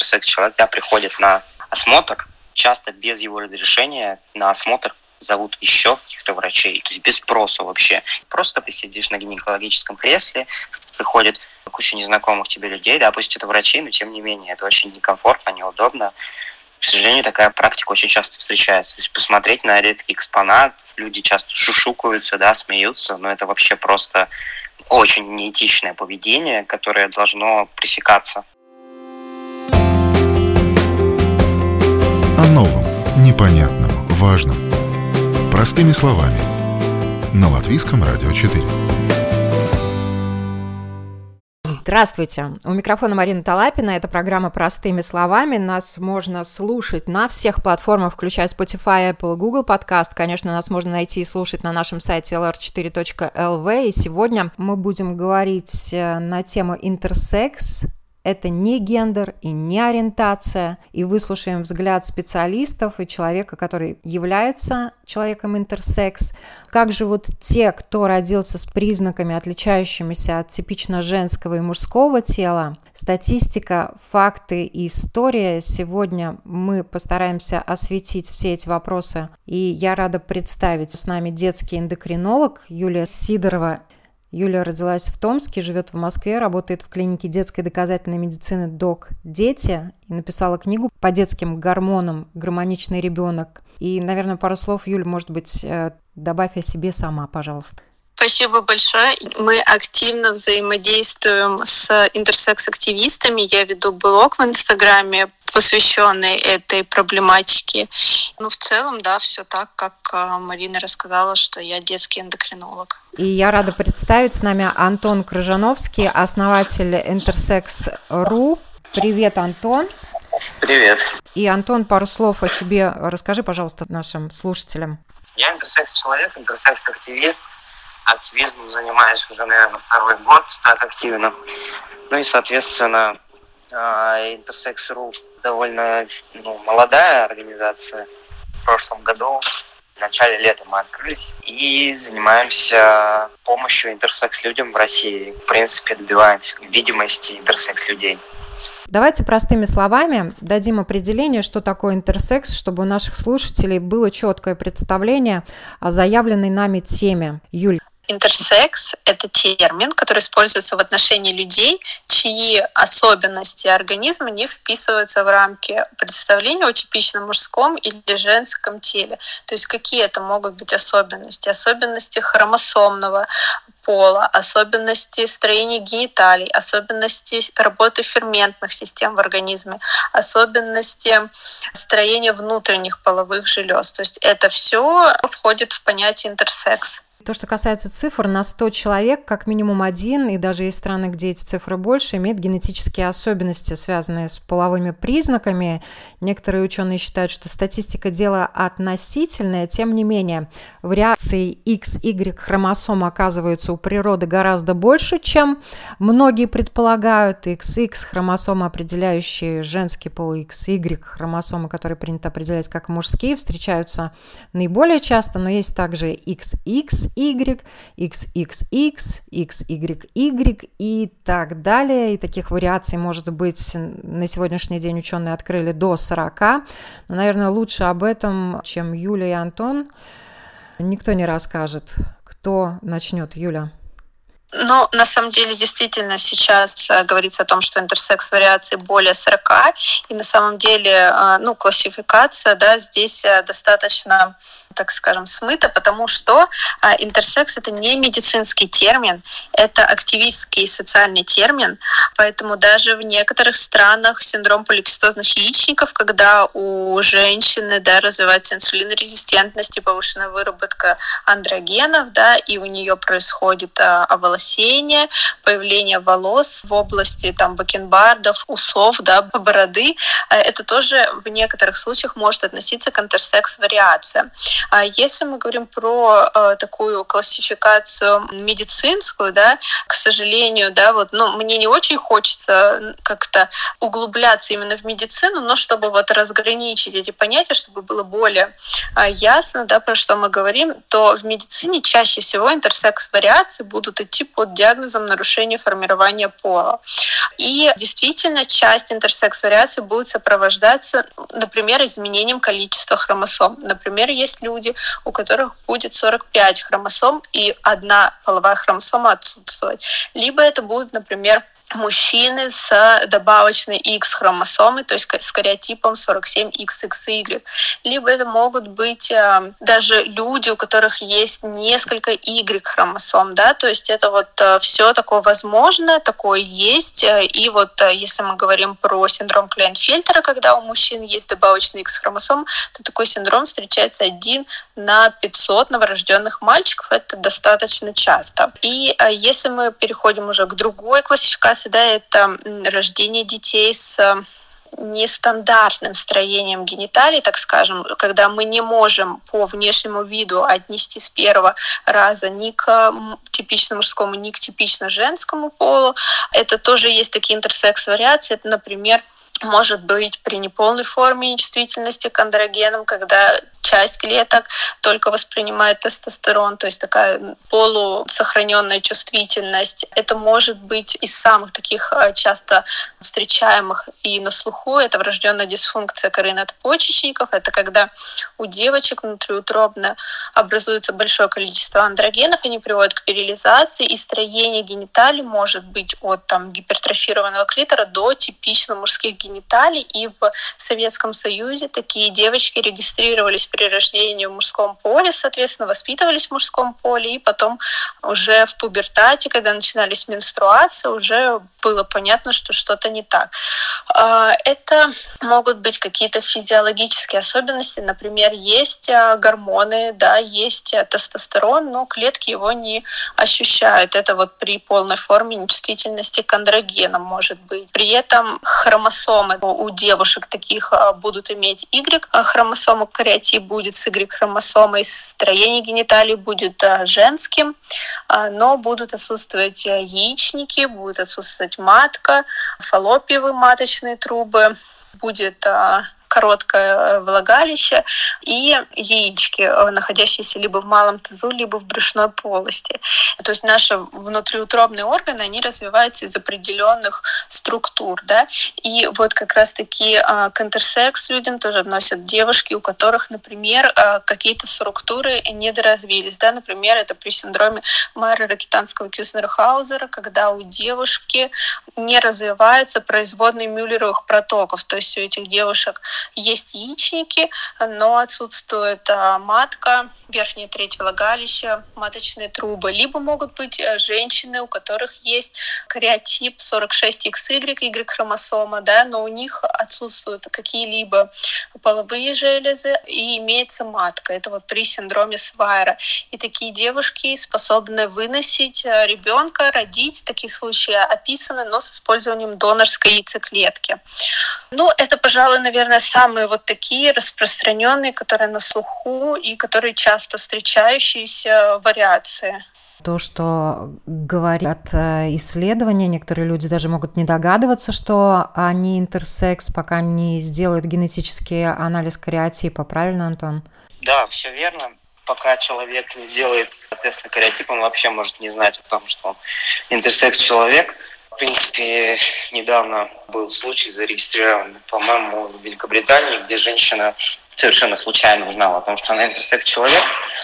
интерсекс-человек, приходит на осмотр, часто без его разрешения на осмотр зовут еще каких-то врачей, то есть без спроса вообще. Просто ты сидишь на гинекологическом кресле, приходит куча незнакомых тебе людей, пусть это врачи, но тем не менее, это очень некомфортно, неудобно. К сожалению, такая практика очень часто встречается. То есть посмотреть на редкий экспонат, люди часто шушукаются, смеются, но это вообще просто очень неэтичное поведение, которое должно пресекаться. О новом, непонятном, важном. Простыми словами. На Латвийском радио 4. Здравствуйте! У микрофона Марина Талапина. Это программа «Простыми словами». Нас можно слушать на всех платформах, включая Spotify, Apple, Google Podcast. Конечно, нас можно найти и слушать на нашем сайте lr4.lv. И сегодня мы будем говорить на тему интерсекс. Это не гендер и не ориентация. И выслушаем взгляд специалистов и человека, который является человеком интерсекс. Как же те, кто родился с признаками, отличающимися от типично женского и мужского тела? Статистика, факты и история. Сегодня мы постараемся осветить все эти вопросы. И я рада представить с нами детский эндокринолог Юлия Сидорова. Юлия родилась в Томске, живет в Москве, работает в клинике детской доказательной медицины «Док Дети» и написала книгу по детским гормонам «Гармоничный ребенок». И, наверное, пару слов, Юль, может быть, добавь о себе сама, пожалуйста. Спасибо большое. Мы активно взаимодействуем с интерсекс-активистами. Я веду блог в Инстаграме, посвященный этой проблематике. В целом, все так, как Марина рассказала, что я детский эндокринолог. И я рада представить с нами Антон Крыжановский, основатель Интерсекс.ру. Привет, Антон. Привет. И, Антон, пару слов о себе расскажи, пожалуйста, нашим слушателям. Я интерсекс-человек, интерсекс-активист. Активизмом занимаюсь уже, наверное, второй год так активно. И, соответственно, Интерсекс.ру довольно молодая организация. В прошлом году, в начале лета мы открылись и занимаемся помощью интерсекс-людям в России. В принципе, добиваемся видимости интерсекс-людей. Давайте простыми словами дадим определение, что такое интерсекс, чтобы у наших слушателей было четкое представление о заявленной нами теме. Юль. Интерсекс – это термин, который используется в отношении людей, чьи особенности организма не вписываются в рамки представления о типично мужском или женском теле. То есть какие это могут быть особенности? Особенности хромосомного пола, особенности строения гениталий, особенности работы ферментных систем в организме, особенности строения внутренних половых желез. То есть это все входит в понятие интерсекс. То, что касается цифр, на 100 человек как минимум один, и даже есть страны, где эти цифры больше, имеют генетические особенности, связанные с половыми признаками. Некоторые ученые считают, что статистика – дело относительное, тем не менее, вариаций XY хромосом оказывается у природы гораздо больше, чем многие предполагают. XX хромосомы, определяющие женский пол, XY хромосомы, которые принято определять как мужские, встречаются наиболее часто, но есть также XX, XXX, XYY и так далее. И таких вариаций может быть на сегодняшний день ученые открыли до 40. Но, наверное, лучше об этом, чем Юля и Антон, никто не расскажет. Кто начнет? Юля? На самом деле, действительно, сейчас говорится о том, что интерсекс-вариаций более 40, и на самом деле, классификация, здесь достаточно, так скажем, смыта, потому что интерсекс – это не медицинский термин, это активистский социальный термин, поэтому даже в некоторых странах синдром поликистозных яичников, когда у женщины развивается инсулинорезистентность и повышенная выработка андрогенов, и у нее происходит оволосение, появление волос в области бакенбардов, усов, бороды, это тоже в некоторых случаях может относиться к интерсекс-вариациям. А если мы говорим про такую классификацию медицинскую, да, к сожалению, да, вот, мне не очень хочется как-то углубляться именно в медицину, но чтобы вот разграничить эти понятия, чтобы было более ясно, да, про что мы говорим, то в медицине чаще всего интерсекс-вариации будут идти под диагнозом нарушения формирования пола. И действительно, часть интерсекс-вариаций будет сопровождаться, например, изменением количества хромосом. Например, есть люди, у которых будет 45 хромосом и одна половая хромосома отсутствовать. Либо это будут, например, мужчины с добавочной X-хромосомой, то есть с кариотипом 47XXY. Либо это могут быть даже люди, у которых есть несколько Y-хромосом, да, то есть это вот все такое возможно, такое есть. И вот если мы говорим про синдром Клейнфельтера, когда у мужчин есть добавочный X-хромосом, то такой синдром встречается 1 на 500 новорожденных мальчиков. Это достаточно часто. И если мы переходим уже к другой классификации, да, это рождение детей с нестандартным строением гениталий, так скажем, когда мы не можем по внешнему виду отнести с первого раза ни к типично мужскому, ни к типично женскому полу. Это тоже есть такие интерсекс-вариации. Это, например, может быть при неполной форме нечувствительности к андрогенам, когда часть клеток только воспринимает тестостерон, то есть такая полусохраненная чувствительность. Это может быть из самых таких часто встречаемых и на слуху. Это врожденная дисфункция коры надпочечников. Это когда у девочек внутриутробно образуется большое количество андрогенов, они приводят к вирилизации, и строение гениталий может быть от гипертрофированного клитора до типично мужских гениталий. И в Советском Союзе такие девочки регистрировались при рождении в мужском поле, соответственно, воспитывались в мужском поле, и потом уже в пубертате, когда начинались менструации, уже было понятно, что что-то не так. Это могут быть какие-то физиологические особенности. Например, есть гормоны, да, есть тестостерон, но клетки его не ощущают. Это вот при полной форме нечувствительности к андрогенам может быть. При этом хромосомы у девушек таких будут иметь Y-хромосому, кариотип будет с Y-хромосомой, строение гениталий будет женским, но будут отсутствовать яичники, будет отсутствовать матка, фаллопиевые маточные трубы, будет короткое влагалище и яички, находящиеся либо в малом тазу, либо в брюшной полости. То есть наши внутриутробные органы, они развиваются из определенных структур, да, и вот как раз-таки к интерсекс людям тоже относят девушки, у которых, например, какие-то структуры недоразвились, да, например, это при синдроме Майера-Рокитанского-Кюснера-Хаузера, когда у девушки не развиваются производные мюллеровых протоков, то есть у этих девушек есть яичники, но отсутствует матка, верхняя треть влагалища, маточные трубы. Либо могут быть женщины, у которых есть кариотип 46XY, Y-хромосома, да, но у них отсутствуют какие-либо половые железы и имеется матка. Это вот при синдроме Свайера. И такие девушки способны выносить ребенка, родить. Такие случаи описаны, но с использованием донорской яйцеклетки. Это, пожалуй, наверное, самые вот такие распространенные, которые на слуху и которые часто встречающиеся вариации. То, что говорят исследования, некоторые люди даже могут не догадываться, что они интерсекс, пока не сделают генетический анализ кариотипа. Правильно, Антон? Да, все верно. Пока человек не сделает тест на кариотип, он вообще может не знать о том, что он интерсекс-человек. В принципе, недавно был случай зарегистрирован, по-моему, в Великобритании, где женщина совершенно случайно узнала о том, что она интерсекс-человек,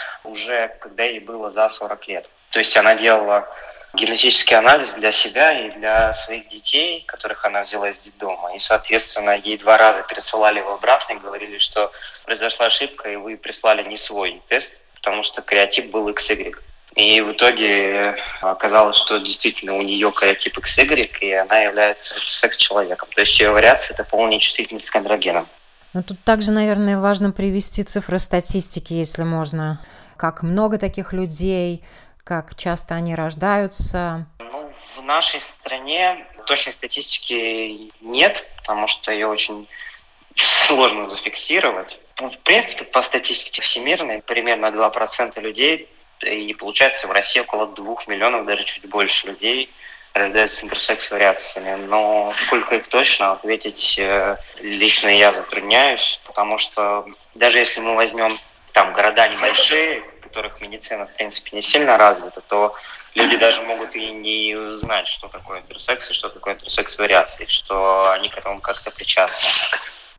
уже когда ей было за 40 лет. То есть она делала генетический анализ для себя и для своих детей, которых она взяла из детдома. И, соответственно, ей 2 раза пересылали его обратно и говорили, что произошла ошибка, и вы прислали не свой тест, потому что кариотип был XY. И в итоге оказалось, что действительно у нее кариотип XY, и она является секс-человеком. То есть ее вариация – это полная чувствительность к андрогенам. Но тут также, наверное, важно привести цифры статистики, если можно. Как много таких людей, как часто они рождаются? В нашей стране точной статистики нет, потому что ее очень сложно зафиксировать. В принципе, по статистике всемирной, примерно 2% людей, и получается в России около 2 миллионов, даже чуть больше людей рождаются с интерсекс-вариациями. Но сколько их точно ответить лично я затрудняюсь, потому что даже если мы возьмем там города небольшие, в которых медицина, в принципе, не сильно развита, то люди даже могут и не знать, что такое интерсекс и что такое интерсекс-вариации, что они к этому как-то причастны.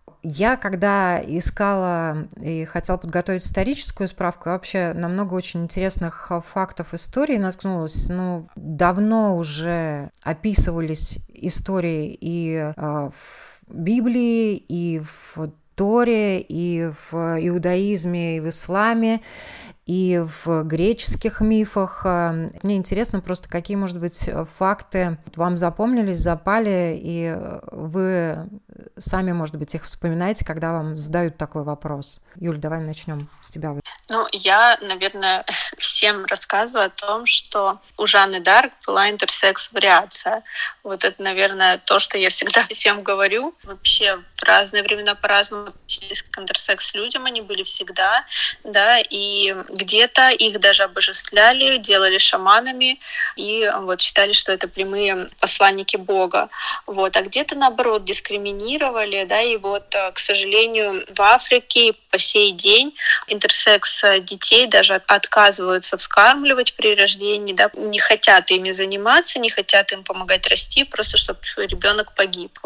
Я, когда искала и хотела подготовить историческую справку, вообще на много очень интересных фактов истории наткнулась. Давно уже описывались истории и в Библии, и в Торе, и в иудаизме, и в исламе, и в греческих мифах. Мне интересно просто, какие, может быть, факты вам запомнились, запали, и вы сами, может быть, их вспоминаете, когда вам задают такой вопрос. Юль, давай начнем с тебя. Я, наверное, всем рассказываю о том, что у Жанны д'Арк была интерсекс-вариация. Вот это, наверное, то, что я всегда всем говорю. Вообще в разные времена по-разному относились к интерсекс-людям, они были всегда, да, и где-то их даже обожествляли, делали шаманами и считали, что это прямые посланники Бога. А где-то, наоборот, дискриминировали, да, и к сожалению, в Африке по сей день интерсекс детей даже отказываются вскармливать при рождении, да, не хотят ими заниматься, не хотят им помогать расти, просто чтобы ребенок погиб.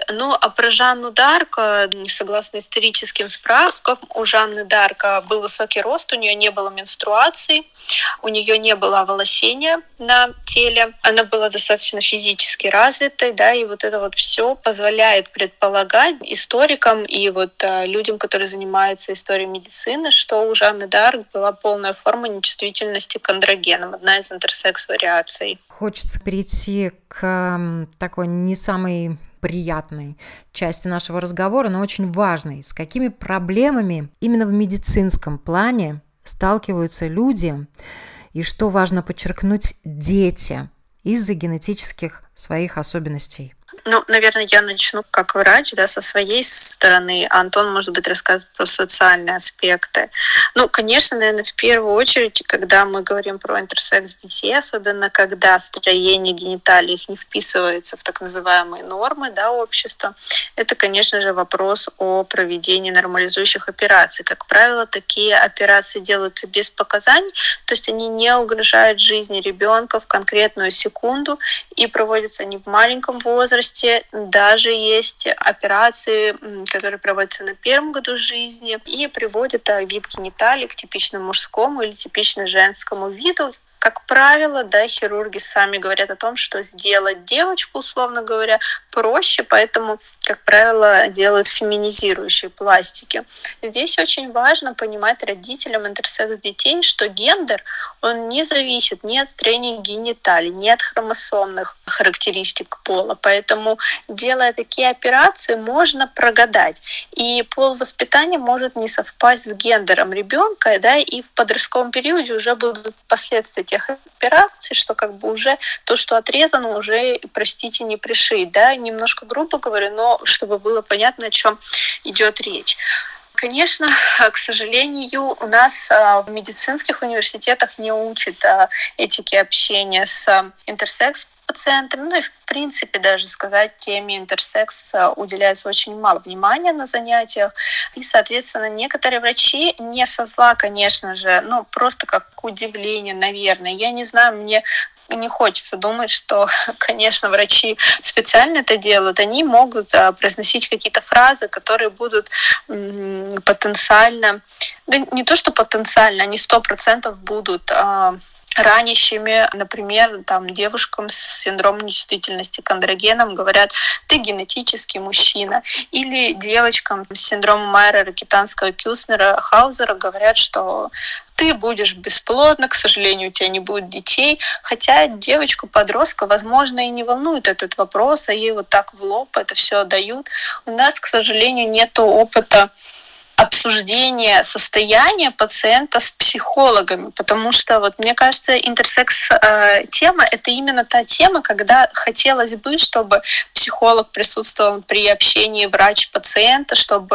А про Жанну д'Арк, согласно историческим справкам, у Жанны д'Арк был высокий рост, у нее не было менструации, у нее не было оволосения на теле, она была достаточно физически развитой, да, и это все позволяет предполагать историкам и людям, которые занимаются историей медицины, что у Жанны д'Арк была полная форма нечувствительности к андрогенам, одна из интерсекс-вариаций. Хочется перейти к такой не самой приятной части нашего разговора, но очень важной. С какими проблемами именно в медицинском плане сталкиваются люди, и что важно подчеркнуть, дети из-за генетических своих особенностей? Наверное, я начну как врач, да, со своей стороны. Антон, может быть, расскажет про социальные аспекты. Конечно, наверное, в первую очередь, когда мы говорим про интерсекс детей, особенно когда строение гениталий их не вписывается в так называемые нормы, да, общества, это, конечно же, вопрос о проведении нормализующих операций. Как правило, такие операции делаются без показаний, то есть они не угрожают жизни ребенка в конкретную секунду и проводятся не в маленьком возрасте. Даже есть операции, которые проводятся на первом году жизни и приводят вид гениталий к типично мужскому или типично женскому виду. Как правило, да, хирурги сами говорят о том, что сделать девочку, условно говоря, проще, поэтому, как правило, делают феминизирующие пластики. Здесь очень важно понимать родителям интерсекс-детей, что гендер, он не зависит ни от строения гениталий, ни от хромосомных характеристик пола, поэтому, делая такие операции, можно прогадать. И пол воспитания может не совпасть с гендером ребенка, да, и в подростковом периоде уже будут последствия тех операций, что уже то, что отрезано, уже, простите, не пришить, да, немножко грубо говорю, но чтобы было понятно, о чем идет речь. Конечно, к сожалению, у нас в медицинских университетах не учат этики общения с интерсекс-пациентами, и в принципе даже сказать, теме интерсекс уделяется очень мало внимания на занятиях, и, соответственно, некоторые врачи не со зла, конечно же, просто как удивление, наверное, я не знаю, мне не хочется думать, что, конечно, врачи специально это делают. Они могут произносить какие-то фразы, которые будут потенциально, да не то, что потенциально, они 100% будут ранящими, например, девушкам с синдромом нечувствительности к андрогенам говорят: ты генетический мужчина. Или девочкам с синдромом Майера-Рокитанского-Кюснера-Хаузера говорят, что ты будешь бесплодна, к сожалению, у тебя не будет детей. Хотя девочку-подростка, возможно, и не волнует этот вопрос, а ей так в лоб это все дают. У нас, к сожалению, нет опыта обсуждения состояния пациента с психологами, потому что мне кажется, интерсекс-тема — это именно та тема, когда хотелось бы, чтобы психолог присутствовал при общении врач-пациента, чтобы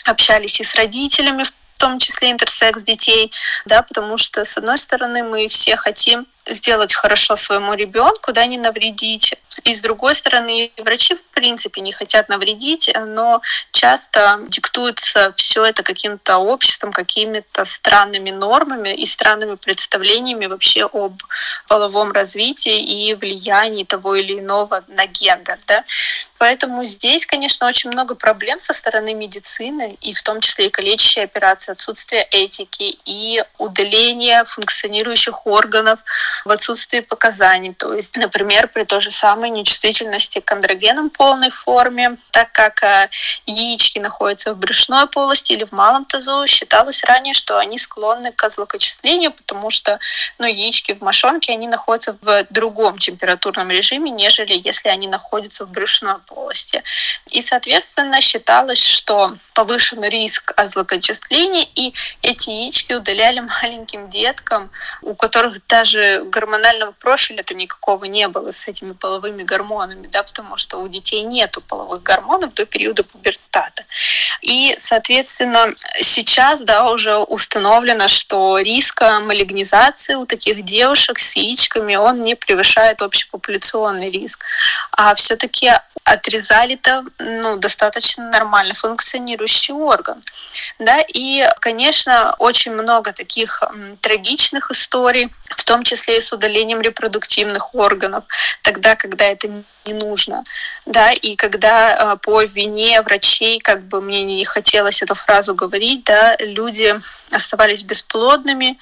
общались и с родителями, в том числе интерсекс детей, да, потому что, с одной стороны, мы все хотим сделать хорошо своему ребенку, да, не навредить. И с другой стороны, врачи в принципе не хотят навредить, но часто диктуется все это каким-то обществом, какими-то странными нормами и странными представлениями вообще об половом развитии и влиянии того или иного на гендер, да. Поэтому здесь, конечно, очень много проблем со стороны медицины, и в том числе и калечащие операции, отсутствие этики и удаление функционирующих органов в отсутствии показаний. То есть, например, при той же самой нечувствительности к андрогенам в полной форме, так как яички находятся в брюшной полости или в малом тазу, считалось ранее, что они склонны к злокочислению, потому что яички в мошонке, они находятся в другом температурном режиме, нежели если они находятся в брюшной полости. И, соответственно, считалось, что повышен риск злокочисления, и эти яички удаляли маленьким деткам, у которых даже гормонального профиля-то никакого не было с этими половыми гормонами, да, потому что у детей нету половых гормонов до периода пубертата. И, соответственно, сейчас, да, уже установлено, что риск малигнизации у таких девушек с яичками, он не превышает общепопуляционный риск. А все-таки отрезали-то достаточно нормально функционирующий орган. Да? И, конечно, очень много таких трагичных историй, в том числе и с удалением репродуктивных органов, тогда, когда это не нужно. Да? И когда по вине врачей, как бы мне не хотелось эту фразу говорить, да, люди оставались бесплодными.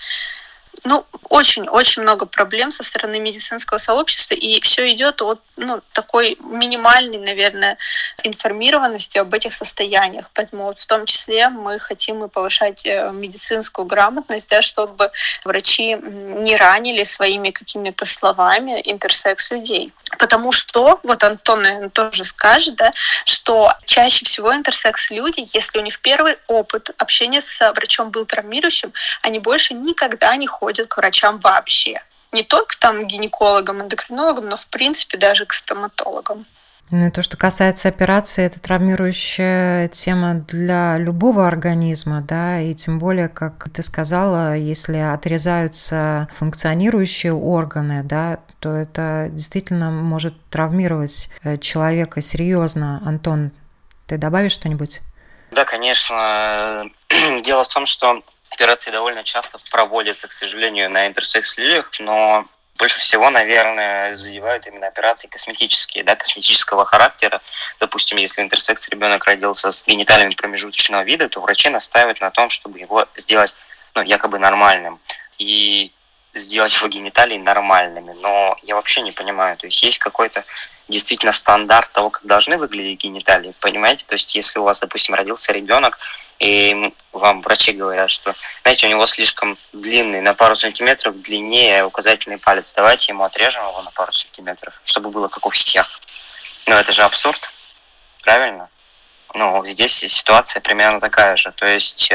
Очень-очень много проблем со стороны медицинского сообщества, и все идет от такой минимальной, наверное, информированности об этих состояниях. Поэтому в том числе мы хотим и повышать медицинскую грамотность, да, чтобы врачи не ранили своими какими-то словами интерсекс людей. Потому что, Антон, наверное, тоже скажет, да, что чаще всего интерсекс-люди, если у них первый опыт общения с врачом был травмирующим, они больше никогда не ходят к врачам вообще. Не только к гинекологам, эндокринологам, но в принципе даже к стоматологам. То, что касается операции, это травмирующая тема для любого организма, да, и тем более, как ты сказала, если отрезаются функционирующие органы, да, то это действительно может травмировать человека серьезно. Антон, ты добавишь что-нибудь? Да, конечно. Дело в том, что операции довольно часто проводятся, к сожалению, на интерсекс-людях, но больше всего, наверное, задевают именно операции косметические, да, косметического характера. Допустим, если интерсекс-ребенок родился с гениталиями промежуточного вида, то врачи настаивают на том, чтобы его сделать, якобы нормальным. И сделать его гениталии нормальными. Но я вообще не понимаю, то есть какой-то действительно стандарт того, как должны выглядеть гениталии, понимаете? То есть если у вас, допустим, родился ребенок, и вам врачи говорят, что, знаете, у него слишком длинный, на пару сантиметров длиннее указательный палец, давайте ему отрежем его на пару сантиметров, чтобы было как у всех. Это же абсурд, правильно? Здесь ситуация примерно такая же. То есть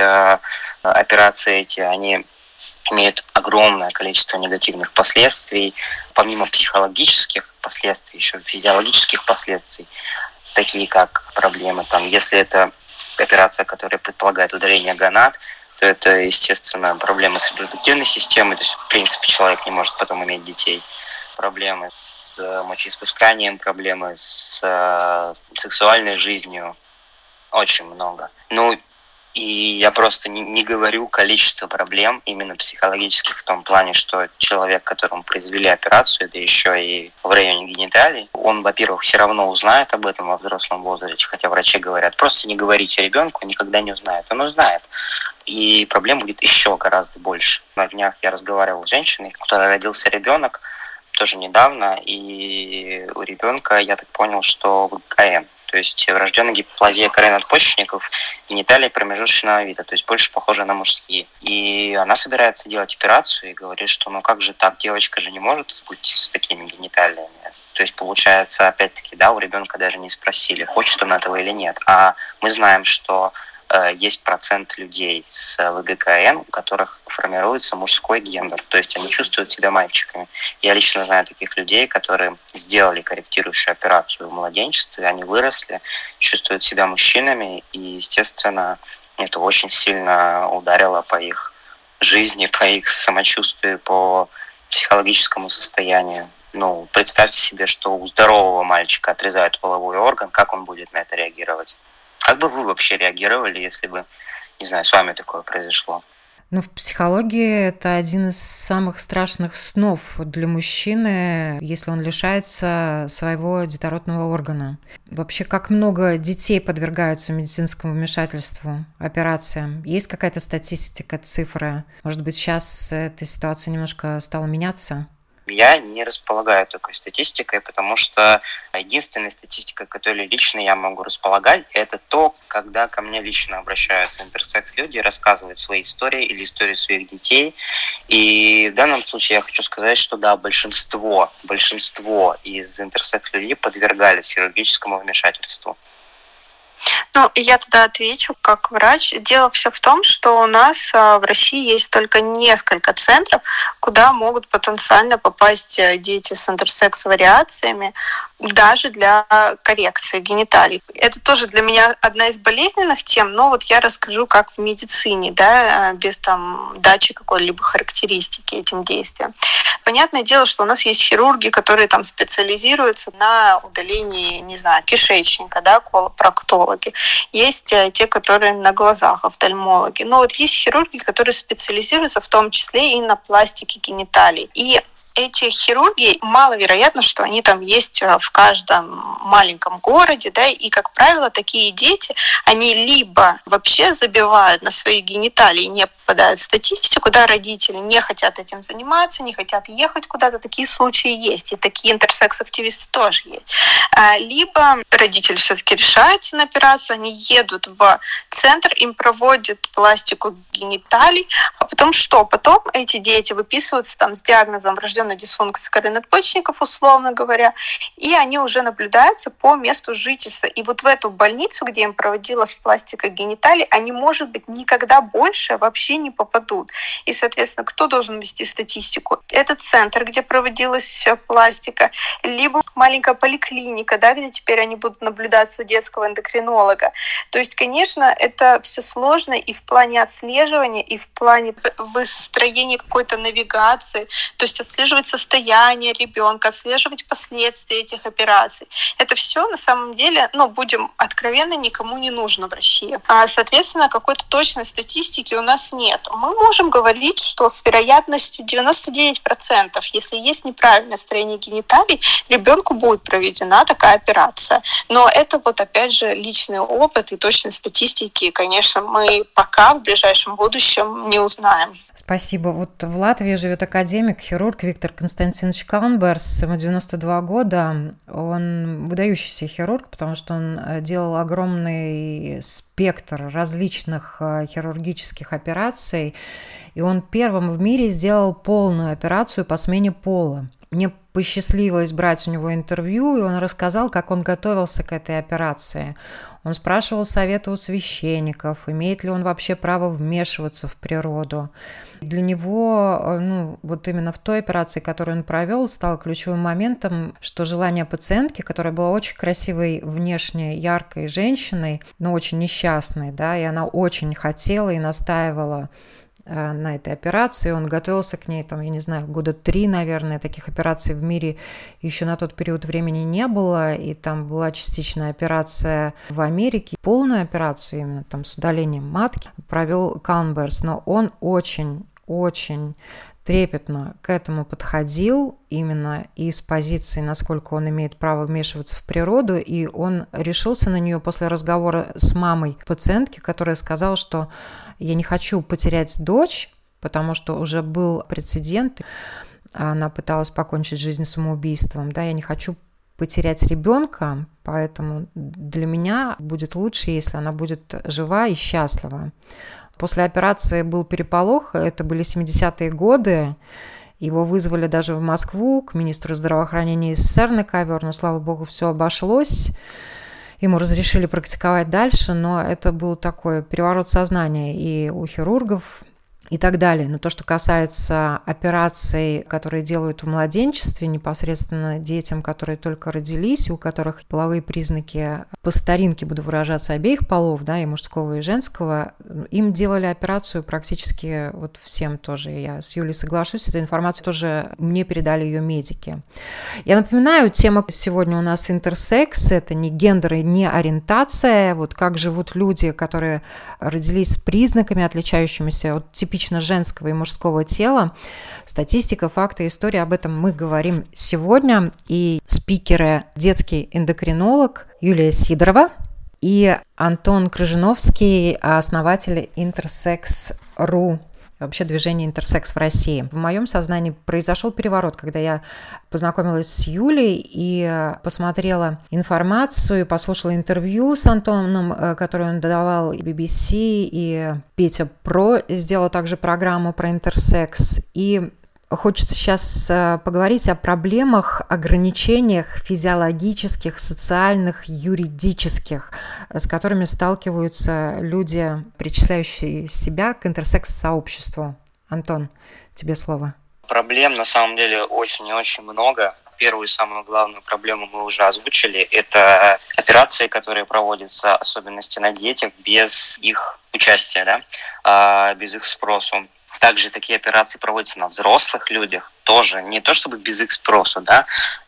операции эти, они имеют огромное количество негативных последствий, помимо психологических последствий, еще физиологических последствий, такие как проблемы, если это операция, которая предполагает удаление гонад, то это, естественно, проблемы с репродуктивной системой, то есть, в принципе, человек не может потом иметь детей. Проблемы с мочеиспусканием, проблемы с сексуальной жизнью, очень много. И я просто не говорю количество проблем именно психологических в том плане, что человек, которому произвели операцию, да еще и в районе гениталий, он, во-первых, все равно узнает об этом во взрослом возрасте, хотя врачи говорят, просто не говорите ребенку, никогда не узнает. Он узнает. И проблем будет еще гораздо больше. На днях я разговаривал с женщиной, у которой родился ребенок тоже недавно, и у ребенка, я так понял, что ВГКН. То есть врожденная гиперплазия коры надпочечников, гениталии промежуточного вида, то есть больше похожа на мужские. И она собирается делать операцию и говорит, что как же так, девочка же не может быть с такими гениталиями. То есть получается, опять-таки, да, у ребенка даже не спросили, хочет он этого или нет. А мы знаем, что есть процент людей с ВГКН, у которых формируется мужской гендер, то есть они чувствуют себя мальчиками. Я лично знаю таких людей, которые сделали корректирующую операцию в младенчестве, они выросли, чувствуют себя мужчинами, и, естественно, это очень сильно ударило по их жизни, по их самочувствию, по психологическому состоянию. Представьте себе, что у здорового мальчика отрезают половой орган, как он будет на это реагировать? Как бы вы вообще реагировали, если бы, не знаю, с вами такое произошло? В психологии это один из самых страшных снов для мужчины, если он лишается своего детородного органа. Вообще, как много детей подвергаются медицинскому вмешательству, операциям? Есть какая-то статистика, цифры? Может быть, сейчас эта ситуация немножко стала меняться? Я не располагаю такой статистикой, потому что единственной статистикой, которой лично я могу располагать, это то, когда ко мне лично обращаются интерсекс-люди, рассказывают свои истории или истории своих детей. И в данном случае я хочу сказать, что да, большинство из интерсекс-людей подвергались хирургическому вмешательству. Я тогда отвечу как врач. Дело все в том, что у нас в России есть только несколько центров, куда могут потенциально попасть дети с интерсекс-вариациями, даже для коррекции гениталий. Это тоже для меня одна из болезненных тем, но я расскажу, как в медицине, без дачи какой-либо характеристики этим действиям. Понятное дело, что у нас есть хирурги, которые специализируются на удалении, кишечника, колопроктологи. Есть те, которые на глазах, офтальмологи. Но есть хирурги, которые специализируются в том числе и на пластике гениталий. И эти хирурги, маловероятно, что они там есть в каждом маленьком городе, и, как правило, такие дети, они либо вообще забивают на свои гениталии и не попадают в статистику, родители не хотят этим заниматься, не хотят ехать куда-то, такие случаи есть, и такие интерсекс-активисты тоже есть. Либо родители все-таки решаются на операцию, они едут в центр, им проводят пластику гениталий, а потом что? Потом эти дети выписываются с диагнозом врожденной дисфункции коры надпочечников, условно говоря, и они уже наблюдаются по месту жительства. И в эту больницу, где им проводилась пластика гениталий, они, может быть, никогда больше вообще не попадут. И, соответственно, кто должен вести статистику? Это центр, где проводилась пластика, либо маленькая поликлиника, где теперь они будут наблюдаться у детского эндокринолога. То есть, конечно, это все сложно и в плане отслеживания, и в плане выстроения какой-то навигации, то есть отслеживать состояние ребенка, отслеживать последствия этих операций. Это все на самом деле, будем откровенны, никому не нужно в России. Соответственно, какой-то точной статистики у нас нет. Мы можем говорить, что с вероятностью 99%, если есть неправильное строение гениталий, ребенку будет проведена такая операция. Но это опять же личный опыт и точной статистики, конечно, мы пока в ближайшем будущем не узнаем. Спасибо. В Латвии живет академик, хирург Виктор Константинович Калнберс, ему 92 года. Он выдающийся хирург, потому что он делал огромный спектр различных хирургических операций, и он первым в мире сделал полную операцию по смене пола. Мне посчастливилось брать у него интервью, и он рассказал, как он готовился к этой операции. Он спрашивал совета у священников, имеет ли он вообще право вмешиваться в природу. Для него, именно в той операции, которую он провел, стало ключевым моментом, что желание пациентки, которая была очень красивой внешне, яркой женщиной, но очень несчастной, и она очень хотела и настаивала на этой операции. Он готовился к ней, 3 года, наверное, таких операций в мире еще на тот период времени не было, и там была частичная операция в Америке, полную операцию именно с удалением матки провел Калнберс, но он очень трепетно к этому подходил именно из позиции, насколько он имеет право вмешиваться в природу, и он решился на нее после разговора с мамой пациентки, которая сказала, что я не хочу потерять дочь, потому что уже был прецедент, она пыталась покончить жизнь самоубийством, я не хочу потерять ребенка, поэтому для меня будет лучше, если она будет жива и счастлива. После операции был переполох, это были 70-е годы, его вызвали даже в Москву к министру здравоохранения СССР на ковер, но, слава богу, все обошлось. ему разрешили практиковать дальше, но это был такой переворот сознания и у хирургов, и так далее. Но то, что касается операций, которые делают в младенчестве, непосредственно детям, которые только родились, у которых половые признаки по старинке, буду выражаться, обеих полов, да, и мужского, и женского, им делали операцию практически вот всем тоже. Я с Юлей соглашусь, эту информацию тоже мне передали ее медики. Я напоминаю, тема сегодня у нас интерсекс, это не гендер и не ориентация, вот как живут люди, которые родились с признаками, отличающимися от типичного женского и мужского тела. Статистика, факты, история, об этом мы говорим сегодня. И спикеры, детский эндокринолог Юлия Сидорова и Антон Крыжиновский, основатель Intersex.ru, вообще движение интерсекс в России. В моем сознании произошел переворот, когда я познакомилась с Юлей и посмотрела информацию, послушала интервью с Антоном, которое он давал и BBC, и Петя Про сделал также программу про интерсекс. И хочется сейчас поговорить о проблемах, ограничениях физиологических, социальных, юридических, с которыми сталкиваются люди, причисляющие себя к интерсекс-сообществу. Антон, тебе слово. Проблем на самом деле очень и очень много. Первую и самую главную проблему мы уже озвучили. Это операции, которые проводятся, особенности на детях, без их участия, да? Без их спросу. Также такие операции проводятся на взрослых людях, тоже не то чтобы без их спроса, да,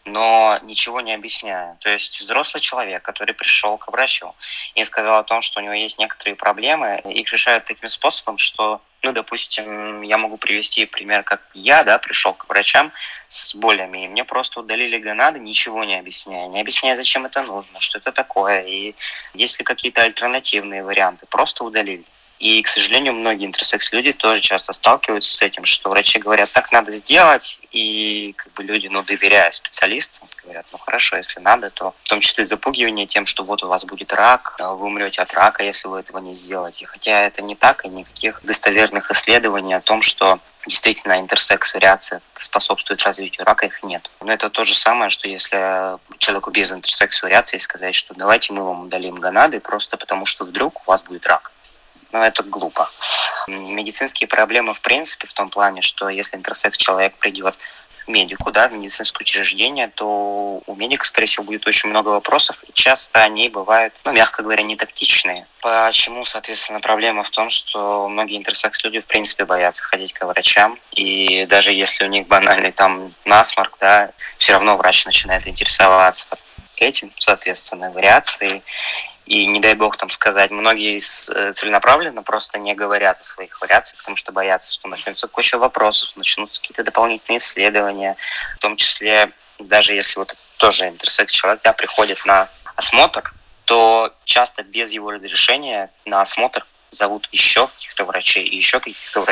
но ничего не объясняя. То есть взрослый человек, который пришел к врачу и сказал о том, что у него есть некоторые проблемы, их решают таким способом, что, допустим, я могу привести пример, как я, да, пришел к врачам с болями, и мне просто удалили гонады, ничего не объясняя, зачем это нужно, что это такое, и есть ли какие-то альтернативные варианты, просто удалили. И, к сожалению, многие интерсекс-люди тоже часто сталкиваются с этим, что врачи говорят, так надо сделать, и люди, доверяя специалистам, говорят, хорошо, если надо, то в том числе запугивание тем, что вот у вас будет рак, вы умрете от рака, если вы этого не сделаете. Хотя это не так, и никаких достоверных исследований о том, что действительно интерсекс-вариация способствует развитию рака, их нет. Но это то же самое, что если человеку без интерсекс-вариации сказать, что давайте мы вам удалим гонады, просто потому что вдруг у вас будет рак. Это глупо. Медицинские проблемы, в принципе, в том плане, что если интерсекс-человек придет к медику, да, в медицинское учреждение, то у медика, скорее всего, будет очень много вопросов, и часто они бывают, мягко говоря, нетактичные. Почему, соответственно, проблема в том, что многие интерсекс-люди, в принципе, боятся ходить к врачам, и даже если у них банальный насморк, да, все равно врач начинает интересоваться этим, соответственно, вариацией. И не дай бог сказать, многие целенаправленно просто не говорят о своих вариациях, потому что боятся, что начнется куча вопросов, начнутся какие-то дополнительные исследования, в том числе, даже если тоже интерсекс-человек, да, приходит на осмотр, то часто без его разрешения на осмотр зовут еще каких-то врачей, то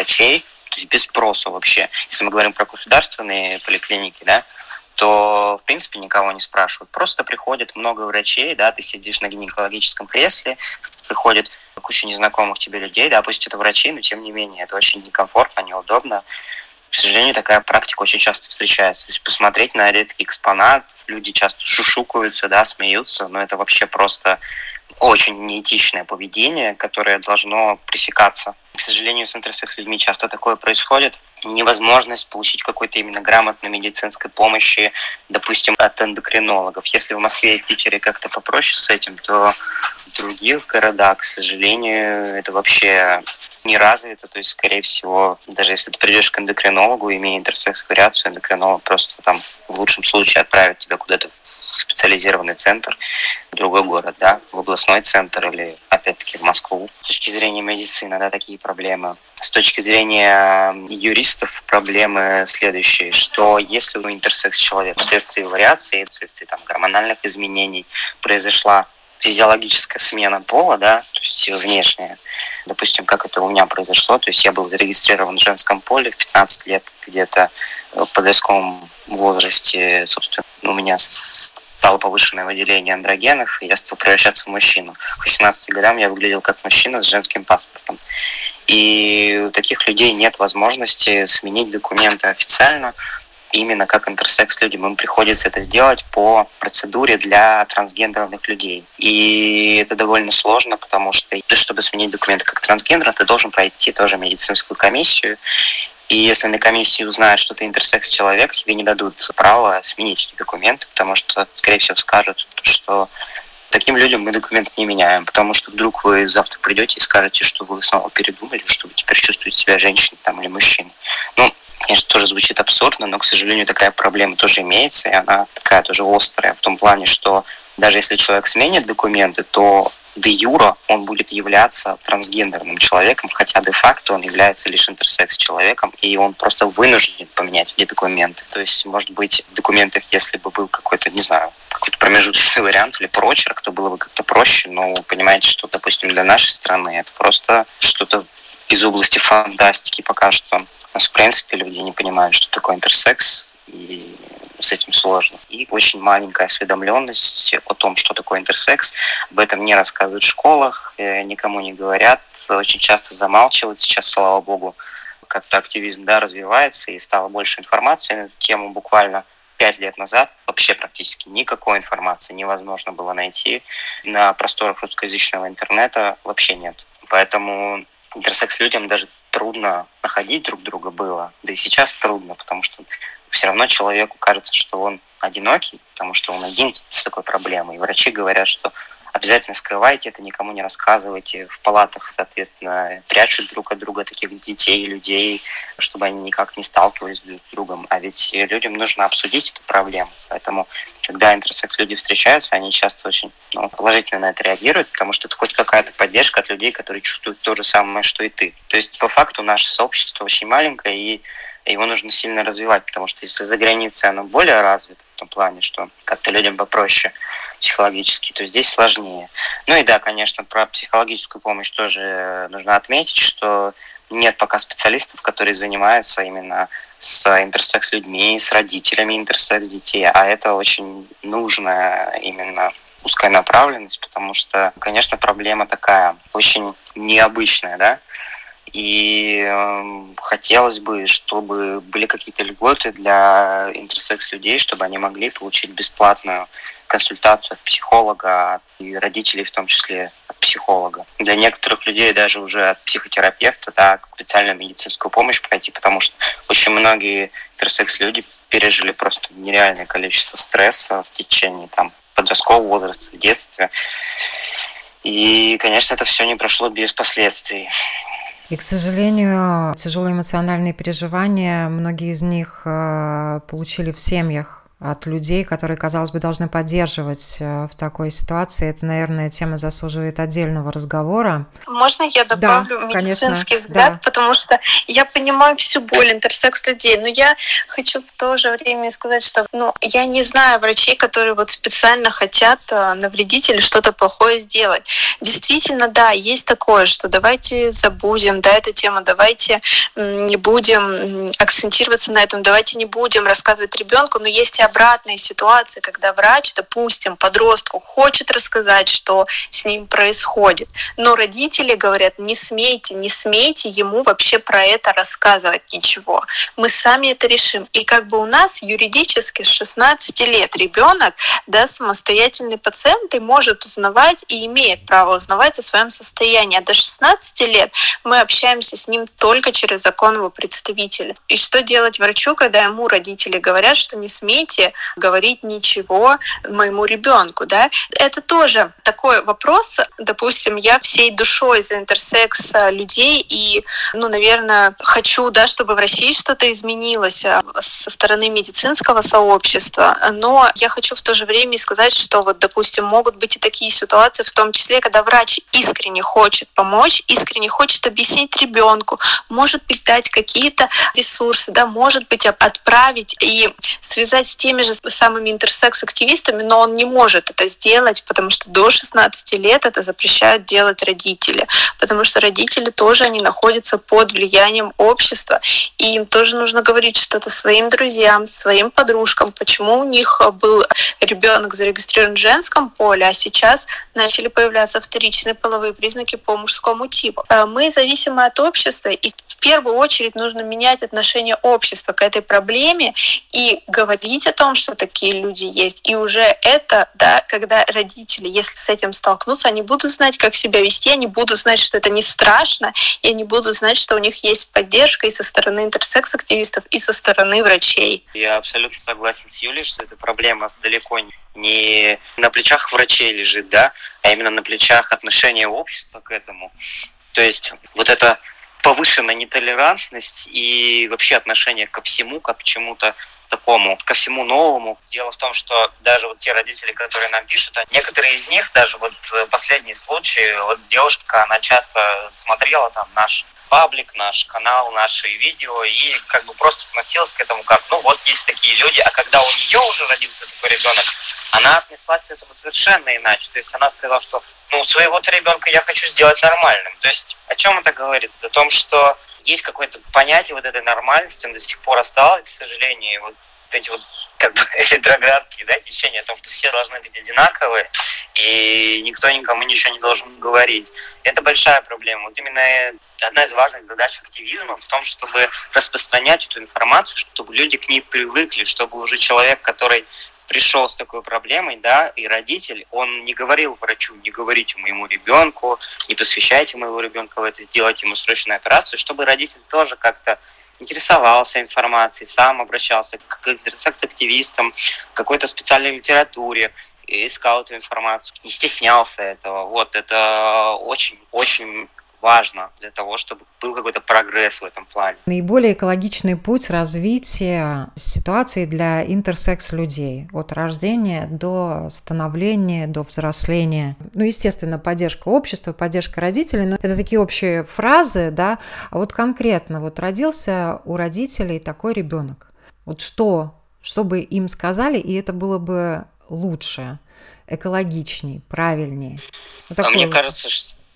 есть без спроса вообще. Если мы говорим про государственные поликлиники, да, то, в принципе, никого не спрашивают. Просто приходит много врачей, да, ты сидишь на гинекологическом кресле, приходит куча незнакомых тебе людей, да, пусть это врачи, но тем не менее, это очень некомфортно, неудобно. К сожалению, такая практика очень часто встречается. То есть посмотреть на редкий экспонат, люди часто шушукаются, да, смеются, но это вообще просто очень неэтичное поведение, которое должно пресекаться. К сожалению, с интерсекс-людьми часто такое происходит. Невозможность получить какой-то именно грамотной медицинской помощи, допустим, от эндокринологов. Если в Москве и в Питере как-то попроще с этим, то в других городах, к сожалению, это вообще не развито. То есть, скорее всего, даже если ты придешь к эндокринологу, имея интерсекс-вариацию, эндокринолог просто в лучшем случае отправит тебя куда-то в специализированный центр, в другой город, да, в областной центр или, опять-таки, в Москву. С точки зрения медицины, да, такие проблемы. С точки зрения юристов проблемы следующие, что если у интерсекс-человека вследствие вариации, вследствие гормональных изменений произошла физиологическая смена пола, да, то есть внешняя, допустим, как это у меня произошло, то есть я был зарегистрирован в женском поле в 15 лет где-то, в подростковом возрасте, собственно, у меня стало повышенное выделение андрогенов, и я стал превращаться в мужчину. К 18 годам я выглядел как мужчина с женским паспортом. И у таких людей нет возможности сменить документы официально, именно как интерсекс-людям. Им приходится это делать по процедуре для трансгендерных людей. И это довольно сложно, потому что, чтобы сменить документы как трансгендер, ты должен пройти тоже медицинскую комиссию. И если на комиссии узнают, что ты интерсекс-человек, тебе не дадут права сменить эти документы, потому что, скорее всего, скажут, что таким людям мы документы не меняем, потому что вдруг вы завтра придете и скажете, что вы снова передумали, что вы теперь чувствуете себя женщиной там, или мужчиной. Конечно, тоже звучит абсурдно, но, к сожалению, такая проблема тоже имеется, и она такая тоже острая, в том плане, что даже если человек сменит документы, то де-юра он будет являться трансгендерным человеком, хотя де-факто он является лишь интерсекс-человеком, и он просто вынужден поменять эти документы. То есть, может быть, в документах, если бы был какой-то, не знаю, какой-то промежуточный вариант или прочерк, то было бы как-то проще, но вы понимаете, что, допустим, для нашей страны это просто что-то из области фантастики пока что. У нас, в принципе, люди не понимают, что такое интерсекс, и с этим сложно. И очень маленькая осведомленность о том, что такое интерсекс. Об этом не рассказывают в школах, никому не говорят, очень часто замалчивают. Сейчас, слава богу, как-то активизм развивается, и стало больше информации на эту тему. Буквально 5 лет назад вообще практически никакой информации невозможно было найти. На просторах русскоязычного интернета вообще нет. Поэтому интерсекс-людям даже трудно находить друг друга было. Да и сейчас трудно, потому что все равно человеку кажется, что он одинокий, потому что он один с такой проблемой. И врачи говорят, что обязательно скрывайте это, никому не рассказывайте. В палатах, соответственно, прячут друг от друга таких детей, людей, чтобы они никак не сталкивались друг с другом. А ведь людям нужно обсудить эту проблему. Поэтому, когда интерсекс-люди встречаются, они часто очень положительно на это реагируют, потому что это хоть какая-то поддержка от людей, которые чувствуют то же самое, что и ты. То есть, по факту, наше сообщество очень маленькое, и его нужно сильно развивать, потому что если за границей оно более развито, в том плане, что как-то людям попроще психологически, то здесь сложнее. И да, конечно, про психологическую помощь тоже нужно отметить, что нет пока специалистов, которые занимаются именно с интерсекс-людьми, с родителями интерсекс-детей, а это очень нужная именно узкая направленность, потому что, конечно, проблема такая очень необычная, да, и хотелось бы, чтобы были какие-то льготы для интерсекс-людей, чтобы они могли получить бесплатную консультацию от психолога, и родителей в том числе от психолога. Для некоторых людей даже уже от психотерапевта, да, специальную медицинскую помощь пройти, потому что очень многие интерсекс-люди пережили просто нереальное количество стресса в течение подросткового возраста, в детстве. И, конечно, это все не прошло без последствий. И, к сожалению, тяжелые эмоциональные переживания, многие из них получили в семьях от людей, которые, казалось бы, должны поддерживать в такой ситуации. Это, наверное, тема заслуживает отдельного разговора. Можно я добавлю медицинский взгляд, да. Потому что я понимаю всю боль интерсекс-людей, но я хочу в то же время сказать, что я не знаю врачей, которые специально хотят навредить или что-то плохое сделать. Действительно, да, есть такое, что давайте забудем, эту тему, давайте не будем акцентироваться на этом, давайте не будем рассказывать ребенку, но есть и обратные ситуации, когда врач, допустим, подростку хочет рассказать, что с ним происходит, но родители говорят, не смейте ему вообще про это рассказывать ничего. Мы сами это решим. И у нас юридически с 16 лет ребенок, самостоятельный пациент, и может узнавать и имеет право узнавать о своем состоянии. А до 16 лет мы общаемся с ним только через законного представителя. И что делать врачу, когда ему родители говорят, что не смейте говорить ничего моему ребенку, да? Это тоже такой вопрос. Допустим, я всей душой за интерсекс людей и, наверное, хочу, чтобы в России что-то изменилось со стороны медицинского сообщества, но я хочу в то же время сказать, что допустим, могут быть и такие ситуации, в том числе, когда врач искренне хочет помочь, искренне хочет объяснить ребенку, может быть, дать какие-то ресурсы, может быть, отправить и связать с тем теми же самыми интерсекс-активистами, но он не может это сделать, потому что до 16 лет это запрещают делать родители, потому что родители тоже, они находятся под влиянием общества, и им тоже нужно говорить что-то своим друзьям, своим подружкам, почему у них был ребенок зарегистрирован в женском поле, а сейчас начали появляться вторичные половые признаки по мужскому типу. Мы зависимы от общества, и в первую очередь нужно менять отношение общества к этой проблеме и говорить о том, что такие люди есть. И уже это, да, когда родители, если с этим столкнутся, они будут знать, как себя вести, они будут знать, что это не страшно, и они будут знать, что у них есть поддержка и со стороны интерсекс-активистов, и со стороны врачей. Я абсолютно согласен с Юлей, что эта проблема далеко не на плечах врачей лежит, да, а именно на плечах отношения общества к этому. То есть вот эта повышенная нетолерантность и вообще отношение ко всему, как к чему-то такому, ко всему новому. Дело в том, что даже вот те родители, которые нам пишут, некоторые из них, даже вот последний случай, вот девушка, она часто смотрела там наш паблик, наш канал, наши видео, и как бы просто относилась к этому как, ну вот есть такие люди, а когда у нее уже родился такой ребенок, она отнеслась к этому совершенно иначе. То есть она сказала, что ну своего-то ребенка я хочу сделать нормальным. То есть о чем это говорит? О том, что есть какое-то понятие вот этой нормальности, он до сих пор осталось, к сожалению, и вот эти вот как бы ретроградские, да, течения о том, что все должны быть одинаковые, и никто никому ничего не должен говорить. Это большая проблема. Вот именно одна из важных задач активизма в том, чтобы распространять эту информацию, чтобы люди к ней привыкли, чтобы уже человек, который пришел с такой проблемой, да, и родитель, он не говорил врачу, не говорите моему ребенку, не посвящайте моего ребенка в это, сделайте ему срочную операцию, чтобы родитель тоже как-то интересовался информацией, сам обращался к интерсекс-активистам, к какой-то специальной литературе, искал эту информацию, не стеснялся этого. Вот, это очень-очень важно для того, чтобы был какой-то прогресс в этом плане. Наиболее экологичный путь развития ситуации для интерсекс-людей от рождения до становления, до взросления. Ну, естественно, поддержка общества, поддержка родителей, но это такие общие фразы, да, а вот конкретно, вот родился у родителей такой ребенок. Вот что бы им сказали, и это было бы лучше, экологичнее, правильнее. Вот мне кажется,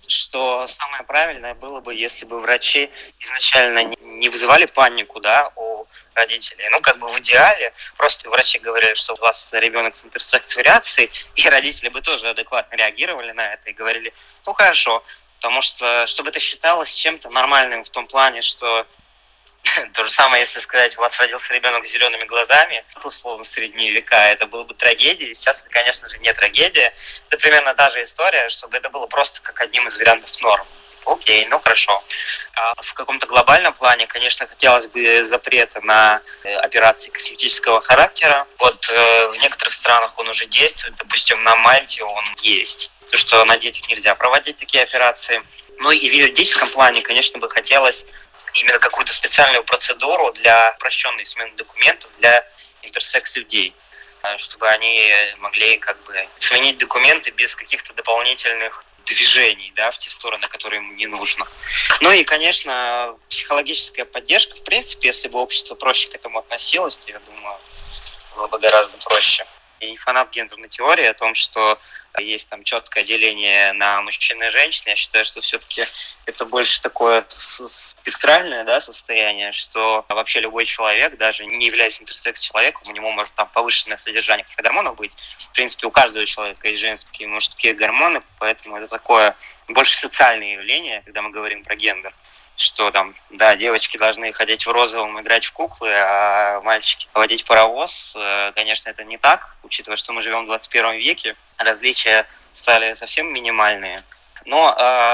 что самое правильное было бы, если бы врачи изначально не вызывали панику, да, у родителей. Ну, как бы в идеале, просто врачи говорили, что у вас ребенок с интерсекс-вариацией, и родители бы тоже адекватно реагировали на это и говорили, ну, хорошо, потому что, чтобы это считалось чем-то нормальным в том плане, что то же самое, если сказать, у вас родился ребенок с зелеными глазами, условно, в средние века, это было бы трагедией. Сейчас это, конечно же, не трагедия. Это примерно та же история, чтобы это было просто как одним из вариантов норм. Окей, ну хорошо. А в каком-то глобальном плане, конечно, хотелось бы запрета на операции косметического характера. Вот в некоторых странах он уже действует. Допустим, на Мальте он есть. То, что на детях нельзя проводить такие операции. Ну и в юридическом плане, конечно, бы хотелось именно какую-то специальную процедуру для упрощенной смены документов для интерсекс-людей, чтобы они могли как бы сменить документы без каких-то дополнительных движений, да, в те стороны, которые им не нужно. Ну и, конечно, психологическая поддержка, в принципе, если бы общество проще к этому относилось, то, я думаю, было бы гораздо проще. Я не фанат гендерной теории о том, что есть там четкое деление на мужчин и женщин. Я считаю, что все-таки это больше такое спектральное, да, состояние, что вообще любой человек, даже не являясь интерсекс-человеком, у него может там повышенное содержание каких-то гормонов быть. В принципе, у каждого человека есть женские и мужские гормоны, поэтому это такое больше социальное явление, когда мы говорим про гендер. Что там, да, девочки должны ходить в розовом, играть в куклы, а мальчики водить паровоз. Конечно, это не так, учитывая, что мы живем в 21 веке. Различия стали совсем минимальные. Но,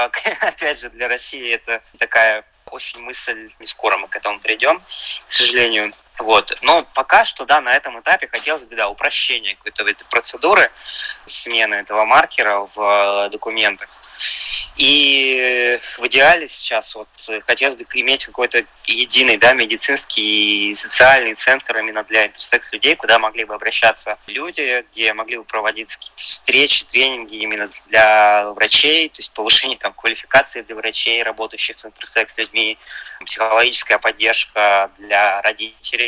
опять же, для России это такая очень мысль, не скоро мы к этому придем, к сожалению. Вот. Но пока что, да, на этом этапе хотелось бы, да, упрощения какой-то этой процедуры, смены этого маркера в документах. И в идеале сейчас вот хотелось бы иметь какой-то единый, да, медицинский и социальный центр именно для интерсекс-людей, куда могли бы обращаться люди, где могли бы проводиться какие-то встречи, тренинги именно для врачей, то есть повышение там квалификации для врачей, работающих с интерсекс-людьми, психологическая поддержка для родителей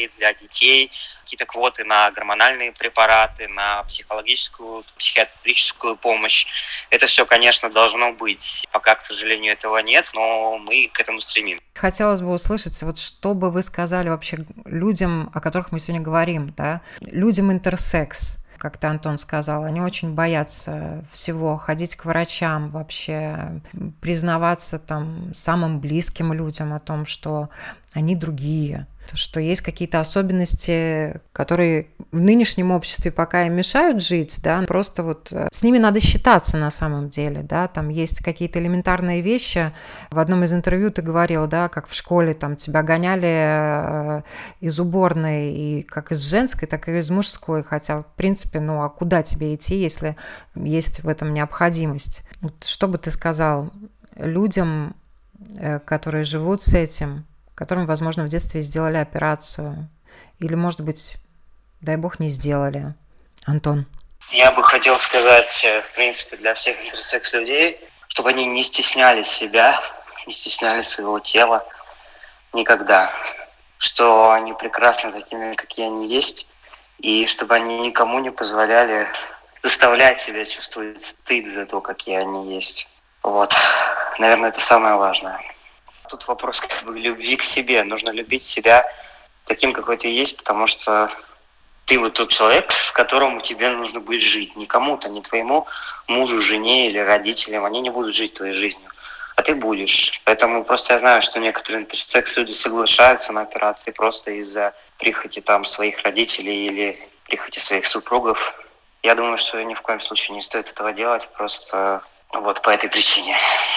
стоит для детей, какие-то квоты на гормональные препараты, на психологическую, психиатрическую помощь. Это все, конечно, должно быть. Пока, к сожалению, этого нет, но мы к этому стремимся. Хотелось бы услышать, вот что бы вы сказали вообще людям, о которых мы сегодня говорим, да? Людям интерсекс, как-то Антон сказал, они очень боятся всего, ходить к врачам вообще, признаваться там самым близким людям о том, что они другие, что есть какие-то особенности, которые в нынешнем обществе пока им мешают жить, да, просто вот с ними надо считаться на самом деле, да, там есть какие-то элементарные вещи. В одном из интервью ты говорил, да, как в школе там тебя гоняли из уборной и как из женской, так и из мужской, хотя, в принципе, ну, а куда тебе идти, если есть в этом необходимость? Что бы ты сказал людям, которые живут с этим, которым, возможно, в детстве сделали операцию. Или, может быть, дай бог, не сделали. Антон. Я бы хотел сказать, в принципе, для всех интерсекс-людей, чтобы они не стесняли себя, не стесняли своего тела никогда. Что они прекрасны такими, какие они есть, и чтобы они никому не позволяли заставлять себя чувствовать стыд за то, какие они есть. Вот. Наверное, это самое важное. Тут вопрос как бы любви к себе. Нужно любить себя таким, какой ты есть, потому что ты вот тот человек, с которым тебе нужно будет жить. Не кому-то, не твоему мужу, жене или родителям. Они не будут жить твоей жизнью, а ты будешь. Поэтому просто я знаю, что некоторые интерсекс-люди соглашаются на операции просто из-за прихоти там своих родителей или прихоти своих супругов. Я думаю, что ни в коем случае не стоит этого делать, просто вот по этой причине.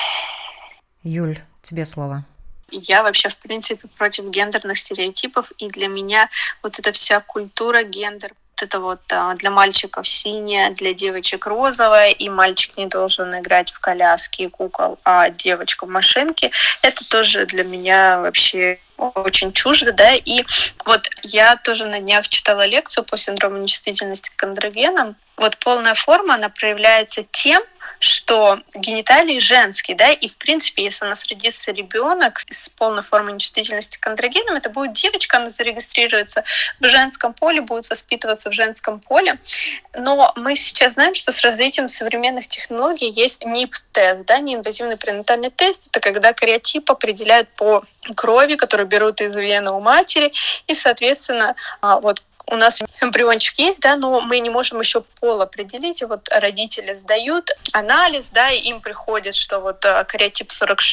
Юль, тебе слово. Я вообще, в принципе, против гендерных стереотипов, и для меня вот эта вся культура гендер, вот это вот для мальчиков синяя, для девочек розовая, и мальчик не должен играть в коляски и кукол, а девочка в машинке, это тоже для меня вообще очень чуждо, да, и вот я тоже на днях читала лекцию по синдрому нечувствительности к андрогенам. Вот полная форма, она проявляется тем, что гениталии женские, да, и в принципе, если у нас родится ребенок с полной формой нечувствительности к андрогенам, это будет девочка, она зарегистрируется в женском поле, будет воспитываться в женском поле. Но мы сейчас знаем, что с развитием современных технологий есть НИП-тест, да, неинвазивный пренатальный тест, это когда кариотип определяют по крови, которую берут из вены у матери, и, соответственно, вот у нас эмбриончик есть, да, но мы не можем еще пол определить. И вот родители сдают анализ, да, и им приходит, что вот кариотип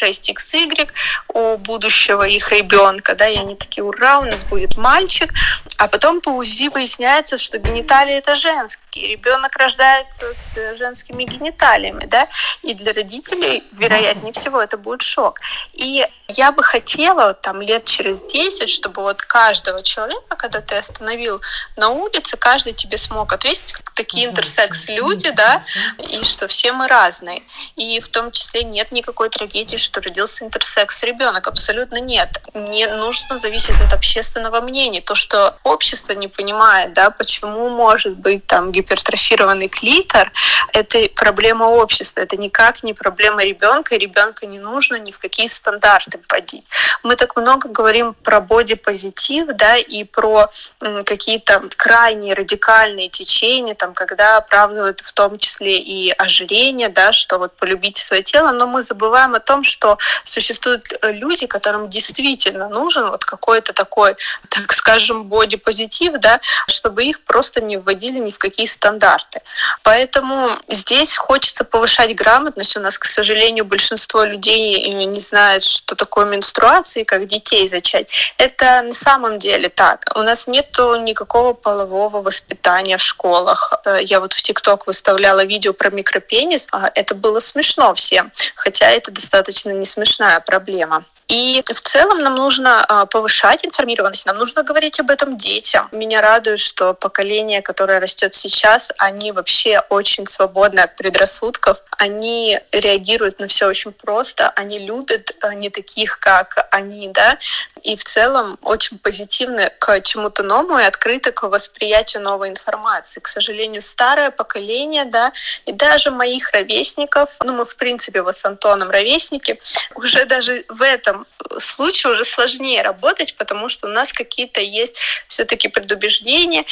46XY у будущего их ребенка, да, и они такие: ура, у нас будет мальчик. А потом по УЗИ выясняется, что гениталии это женские. Ребенок рождается с женскими гениталиями, да, и для родителей, вероятнее всего, это будет шок. И я бы хотела там лет через 10, чтобы вот каждого человека, когда ты остановил на улице, каждый тебе смог ответить, как такие интерсекс-люди, да, и что все мы разные. И в том числе нет никакой трагедии, что родился интерсекс-ребенок. Абсолютно нет. Не нужно зависеть от общественного мнения. То, что общество не понимает, да, почему может быть там гипертрофированный клитор, это проблема общества. Это никак не проблема ребенка, и ребенка не нужно ни в какие стандарты вводить. Мы так много говорим про бодипозитив, да, и про какие-то крайние радикальные течения, там, когда оправдывают в том числе и ожирение, да, что вот полюбите свое тело, но мы забываем о том, что существуют люди, которым действительно нужен вот какой-то такой, так скажем, бодипозитив, да, чтобы их просто не вводили ни в какие стандарты. Поэтому здесь хочется повышать грамотность. У нас, к сожалению, большинство людей не знают, что такое менструация и как детей зачать. Это на самом деле так. У нас нету никакого полового воспитания в школах. Я вот в ТикТок выставляла видео про микропенис. Это было смешно всем, хотя это достаточно не смешная проблема. И в целом нам нужно повышать информированность, нам нужно говорить об этом детям. Меня радует, что поколение, которое растет сейчас, они вообще очень свободны от предрассудков, они реагируют на все очень просто, они любят не таких, как они, да, и в целом очень позитивны к чему-то новому и открыты открыты к восприятию новой информации. К сожалению, старое поколение, да, и даже моих ровесников, мы, в принципе, с Антоном ровесники, уже даже в этом случае уже сложнее работать, потому что у нас какие-то есть все-таки предубеждения,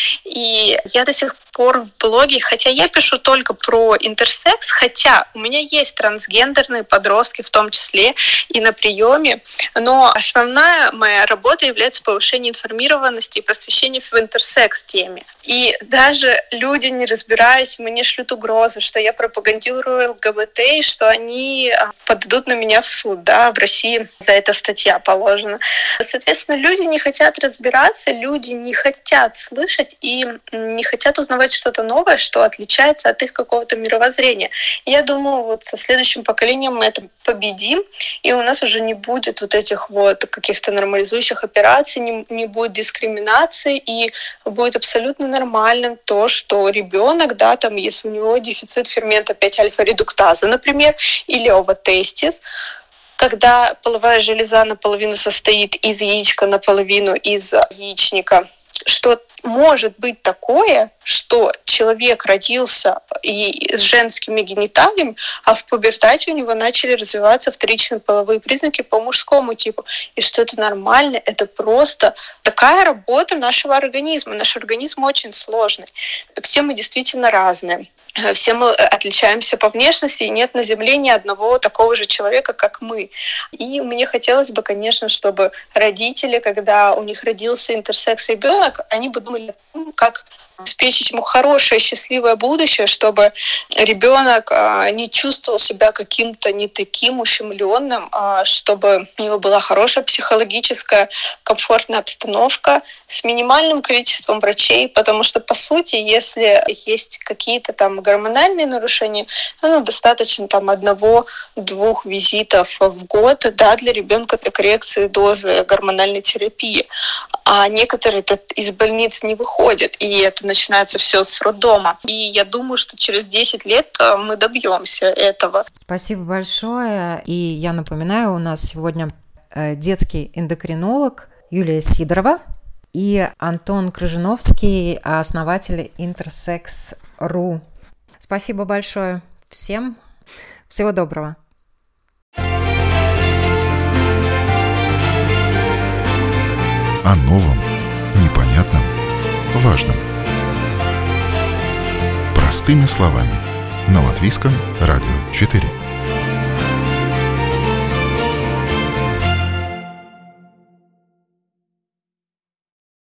и я до сих пор в блоге, хотя я пишу только про интерсекс, хотя у меня есть трансгендерные подростки в том числе и на приеме, но основная моя работа является повышение информированности и просвещения в интерсекс-теме. И даже люди, не разбираясь, мне шлют угрозы, что я пропагандирую ЛГБТ, и что они подадут на меня в суд, да, в России за это статья положена. Соответственно, люди не хотят разбираться, люди не хотят слышать и не хотят узнавать что-то новое, что отличается от их какого-то мировоззрения. И я думаю, вот со следующим поколением мы это победим, и у нас уже не будет вот этих вот каких-то нормализующих операций, не будет дискриминации, и будет абсолютно нормальным то, что ребенок, да, там, если у него дефицит фермента 5-альфа-редуктаза, например, или овотестис, когда половая железа наполовину состоит из яичка, наполовину из яичника, что может быть такое, что человек родился и с женскими гениталиями, а в пубертате у него начали развиваться вторичные половые признаки по мужскому типу. И что это нормально, это просто такая работа нашего организма. Наш организм очень сложный. Все мы действительно разные. Все мы отличаемся по внешности, и нет на Земле ни одного такого же человека, как мы. И мне хотелось бы, конечно, чтобы родители, когда у них родился интерсекс-ребенок, они бы думали о том, как обеспечить ему хорошее, счастливое будущее, чтобы ребенок не чувствовал себя каким-то не таким ущемленным, чтобы у него была хорошая психологическая, комфортная обстановка с минимальным количеством врачей, потому что, по сути, если есть какие-то там гормональные нарушения, достаточно там 1-2 визитов в год, да, для ребенка для коррекции дозы гормональной терапии. А некоторые из больниц не выходят, и это начинается все с роддома. И я думаю, что через 10 лет мы добьемся этого. Спасибо большое. И я напоминаю, у нас сегодня детский эндокринолог Юлия Сидорова и Антон Крыжиновский, основатель Intersex.ru. Спасибо большое всем. Всего доброго. О новом, непонятном, важном. Простыми словами. На Латвийском радио 4.